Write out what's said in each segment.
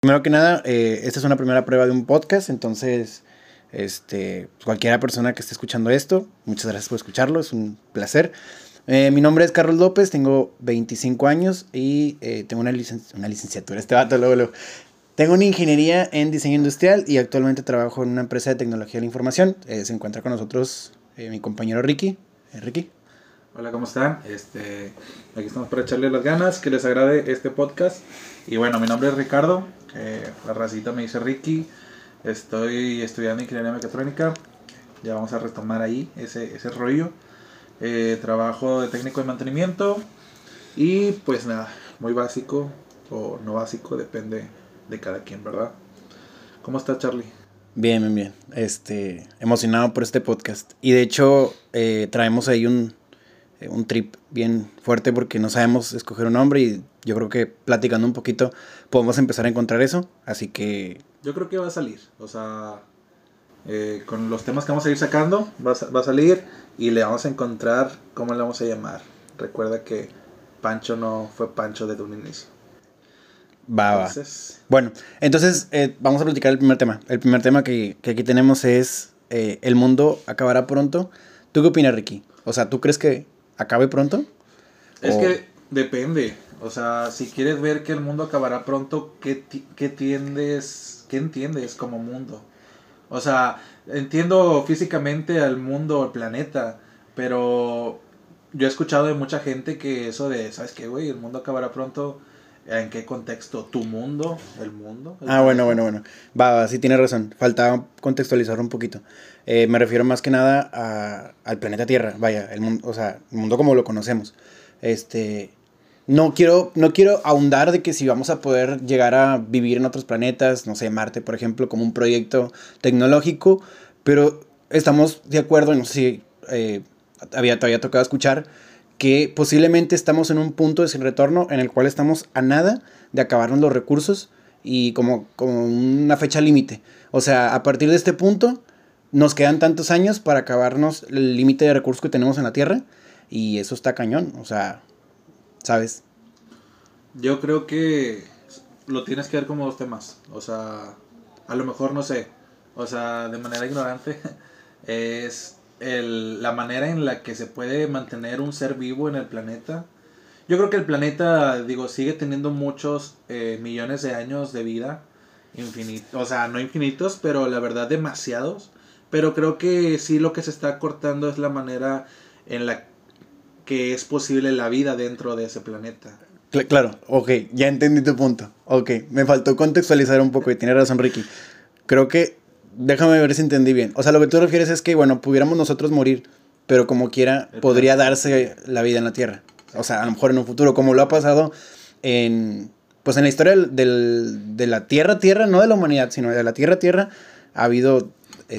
Primero que nada, esta es una primera prueba de un podcast, entonces, cualquiera persona que esté escuchando esto, muchas gracias por escucharlo, es un placer. Mi nombre es Carlos López, tengo 25 años y tengo una licenciatura, luego. Tengo una ingeniería en diseño industrial y actualmente trabajo en una empresa de tecnología de la información. Se encuentra con nosotros mi compañero Ricky. Ricky. Hola, ¿cómo están? Aquí estamos para echarle las ganas, que les agrade este podcast. Y bueno, mi nombre es Ricardo, la racita me dice Ricky. Estoy estudiando ingeniería mecatrónica, ya vamos a retomar ahí ese rollo. Trabajo de técnico de mantenimiento y pues nada, muy básico o no básico, depende de cada quien, ¿verdad? ¿Cómo está, Charlie? Bien. Emocionado por este podcast. Y de hecho, traemos ahí un trip bien fuerte porque no sabemos escoger un nombre y yo creo que platicando un poquito podemos empezar a encontrar eso, así que... Yo creo que va a salir, o sea, con los temas que vamos a ir sacando, va a salir y le vamos a encontrar cómo le vamos a llamar. Recuerda que Pancho no fue Pancho desde un inicio. Entonces... Bueno, entonces vamos a platicar el primer tema. El primer tema que aquí tenemos es ¿el mundo acabará pronto? ¿Tú qué opinas, Ricky? O sea, ¿tú crees que acabe pronto? Es que depende. O sea, si quieres ver que el mundo acabará pronto, ¿qué entiendes como mundo? O sea, entiendo físicamente al mundo, al planeta, pero yo he escuchado de mucha gente que eso de, ¿sabes qué, güey? El mundo acabará pronto. ¿En qué contexto? ¿Tu mundo? ¿El mundo? Bueno. Va, sí tienes razón. Faltaba contextualizar un poquito. Me refiero más que nada al planeta Tierra. Vaya, el mundo, o sea, el mundo como lo conocemos. No quiero ahondar de que si vamos a poder llegar a vivir en otros planetas, no sé, Marte, por ejemplo, como un proyecto tecnológico, pero estamos de acuerdo, no sé si todavía tocado escuchar, que posiblemente estamos en un punto de sin retorno en el cual estamos a nada de acabarnos los recursos y como una fecha límite. O sea, a partir de este punto nos quedan tantos años para acabarnos el límite de recursos que tenemos en la Tierra y eso está cañón, o sea, ¿sabes? Yo creo que lo tienes que ver como dos temas. O sea, a lo mejor no sé. O sea, de manera ignorante, es la manera en la que se puede mantener un ser vivo en el planeta. Yo creo que el planeta, digo, sigue teniendo muchos millones de años de vida. O sea, no infinitos, pero la verdad demasiados. Pero creo que sí lo que se está cortando es la manera en la que es posible la vida dentro de ese planeta. Claro, ok, ya entendí tu punto. Ok, me faltó contextualizar un poco y tiene razón Ricky. Creo que, déjame ver si entendí bien. O sea, lo que tú refieres es que, bueno, pudiéramos nosotros morir, pero como quiera, podría darse la vida en la Tierra. O sea, a lo mejor en un futuro, como lo ha pasado pues en la historia de la Tierra, no de la humanidad, sino de la Tierra, ha habido,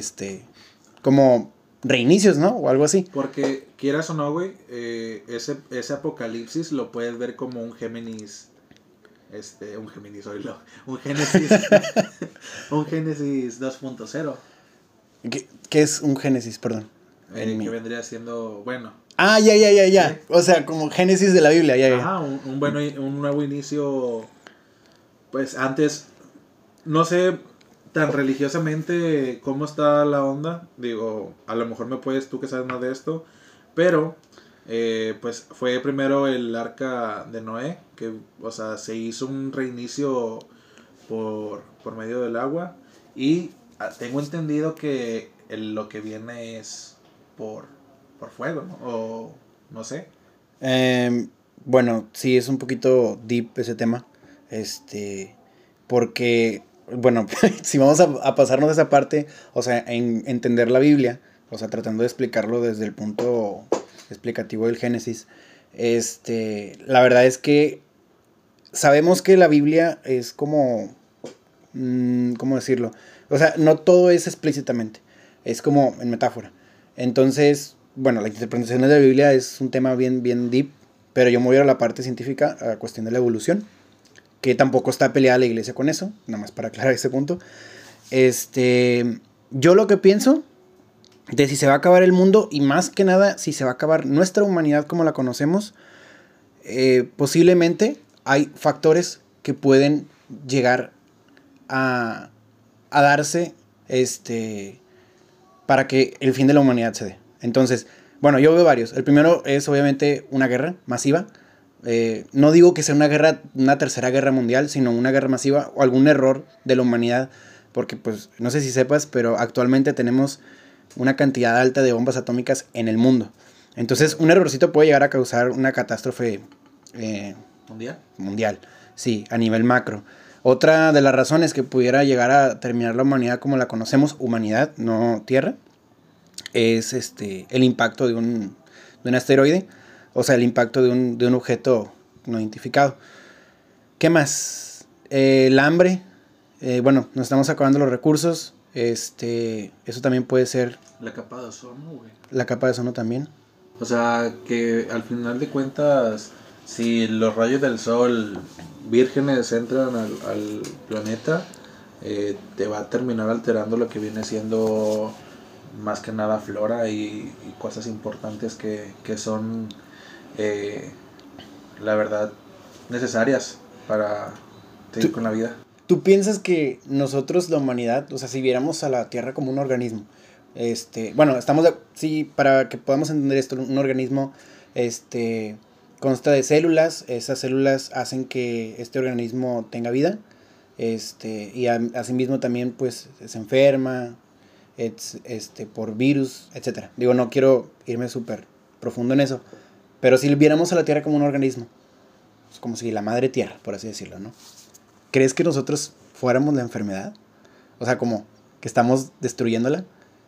como reinicios, ¿no? O algo así. Porque, quieras o no, güey, ese apocalipsis lo puedes ver como un Géminis. Un Géminis, oílo. Un Génesis. Un Génesis 2.0. ¿Qué es un Génesis, perdón? Que vendría siendo, bueno. Ah, ya. ¿Sí? O sea, como Génesis de la Biblia, ya. Ajá, un nuevo inicio. Pues antes, no sé tan religiosamente cómo está la onda. Digo, a lo mejor me puedes tú que sabes más de esto. Pero, pues fue primero el arca de Noé. Que, o sea, se hizo un reinicio por medio del agua. Y tengo entendido que lo que viene es por fuego, ¿no? O no sé. Bueno, sí, es un poquito deep ese tema. Porque, bueno, si vamos a pasarnos esa parte, o sea, en entender la Biblia, o sea, tratando de explicarlo desde el punto explicativo del Génesis, la verdad es que sabemos que la Biblia es como, ¿cómo decirlo? O sea, no todo es explícitamente, es como en metáfora. Entonces, bueno, la interpretación de la Biblia es un tema bien deep, pero yo me voy a la parte científica, a la cuestión de la evolución, que tampoco está peleada la iglesia con eso, nada más para aclarar ese punto. Yo lo que pienso de si se va a acabar el mundo y más que nada si se va a acabar nuestra humanidad como la conocemos, posiblemente hay factores que pueden llegar a darse para que el fin de la humanidad se dé. Entonces, bueno, yo veo varios. El primero es obviamente una guerra masiva. No digo que sea una tercera guerra mundial, sino una guerra masiva o algún error de la humanidad, porque pues no sé si sepas, pero actualmente tenemos una cantidad alta de bombas atómicas en el mundo. Entonces un errorcito puede llegar a causar una catástrofe mundial, sí, a nivel macro. Otra de las razones que pudiera llegar a terminar la humanidad como la conocemos, humanidad, no tierra, es el impacto de un asteroide, o sea, el impacto de un objeto no identificado. ¿Qué más? El hambre. Bueno, nos estamos acabando los recursos. Eso también puede ser. La capa de ozono, güey. La capa de ozono también. O sea, que al final de cuentas, si los rayos del sol vírgenes entran al planeta, te va a terminar alterando lo que viene siendo más que nada flora y cosas importantes que son, la verdad, necesarias para seguir con la vida. ¿Tú piensas que nosotros, la humanidad, o sea, si viéramos a la Tierra como un organismo, bueno, sí, para que podamos entender esto, un organismo, consta de células, esas células hacen que este organismo tenga vida, y asimismo también, pues, se enferma, por virus, etcétera. Digo, no quiero irme súper profundo en eso, pero si viéramos a la Tierra como un organismo, es como si la madre Tierra, por así decirlo, ¿no? ¿Crees que nosotros fuéramos la enfermedad? O sea, como que estamos destruyéndola.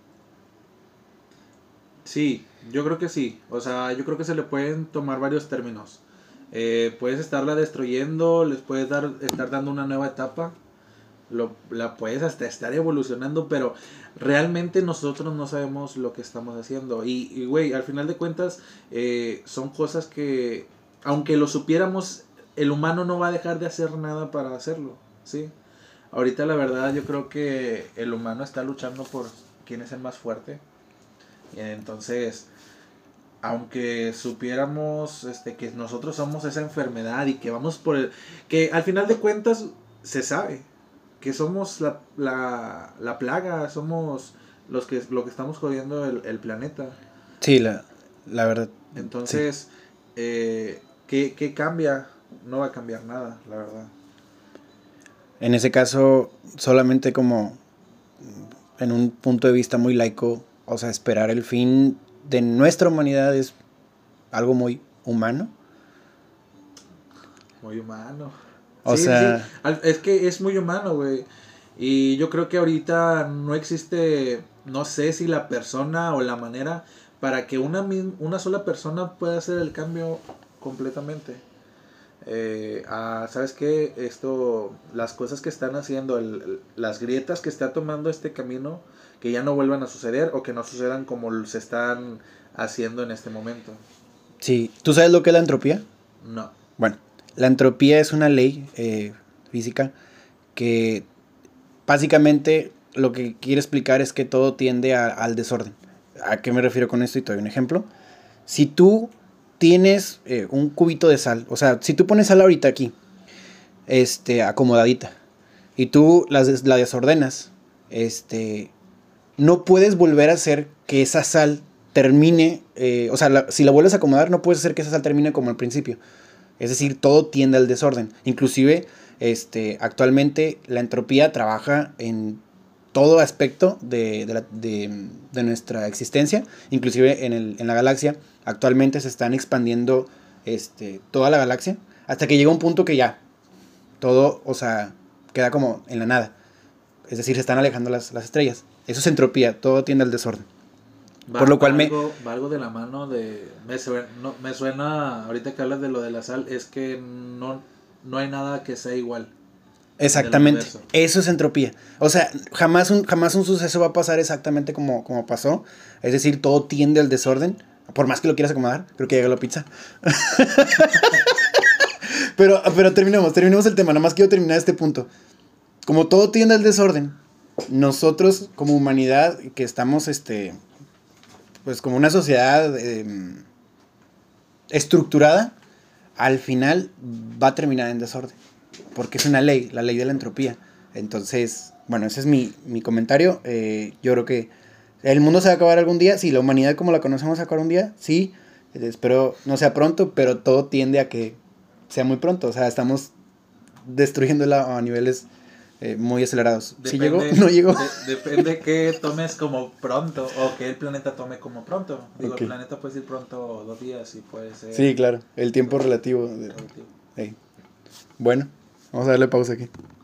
Sí, yo creo que sí. O sea, yo creo que se le pueden tomar varios términos. Puedes estarla destruyendo, les puedes estar dando una nueva etapa. La puedes hasta estar evolucionando, pero realmente nosotros no sabemos lo que estamos haciendo. Y güey, al final de cuentas, son cosas que, aunque lo supiéramos, el humano no va a dejar de hacer nada para hacerlo, ¿sí? Ahorita la verdad yo creo que el humano está luchando por quién es el más fuerte. Y entonces, aunque supiéramos que nosotros somos esa enfermedad y que vamos por que al final de cuentas se sabe que somos la plaga, somos lo que estamos jodiendo el planeta. Sí, la verdad. Entonces, sí. ¿Qué cambia? No va a cambiar nada, la verdad. En ese caso, solamente como en un punto de vista muy laico, o sea, esperar el fin de nuestra humanidad es algo muy humano. Muy humano. O sí, sea... sí, es que es muy humano, güey. Y yo creo que ahorita no existe, no sé si la persona o la manera para que una sola persona pueda hacer el cambio completamente. ¿Sabes qué? Las cosas que están haciendo, las grietas que está tomando este camino, que ya no vuelvan a suceder o que no sucedan como se están haciendo en este momento. Sí, ¿tú sabes lo que es la entropía? No. Bueno, la entropía es una ley física que básicamente lo que quiere explicar es que todo tiende al desorden. ¿A qué me refiero con esto? Y te doy un ejemplo. Si tú tienes un cubito de sal, o sea, si tú pones sal ahorita aquí, acomodadita, y tú la desordenas, no puedes volver a hacer que esa sal termine, o sea, si la vuelves a acomodar, no puedes hacer que esa sal termine como al principio. Es decir, todo tiende al desorden. Inclusive, actualmente la entropía trabaja en todo aspecto de nuestra existencia, inclusive en la galaxia. Actualmente se están expandiendo toda la galaxia, hasta que llega un punto que ya, todo, o sea, queda como en la nada. Es decir, se están alejando las estrellas. Eso es entropía, todo tiende al desorden. Por lo cual va algo de la mano de... Me suena, ahorita que hablas de lo de la sal, es que no hay nada que sea igual. Exactamente, eso es entropía. O sea, jamás un suceso va a pasar exactamente como pasó. Es decir, todo tiende al desorden. Por más que lo quieras acomodar, creo que llega la pizza. pero terminemos el tema. Nada más quiero terminar este punto. Como todo tiende al desorden, nosotros como humanidad, que estamos pues como una sociedad estructurada, al final va a terminar en desorden. Porque es una ley, la ley de la entropía. Entonces, bueno, ese es mi comentario. Yo creo que el mundo se va a acabar algún día. Sí, la humanidad como la conocemos se va a acabar un día. Sí, espero no sea pronto, pero todo tiende a que sea muy pronto. O sea, estamos destruyéndola a niveles muy acelerados. ¿Sí llegó? ¿No llegó? Depende que tomes como pronto o que el planeta tome como pronto. Digo, Okay. el planeta puede ir pronto 2 días y puede ser... Sí, claro, el tiempo relativo. relativo. Hey. Bueno, vamos a darle pausa aquí.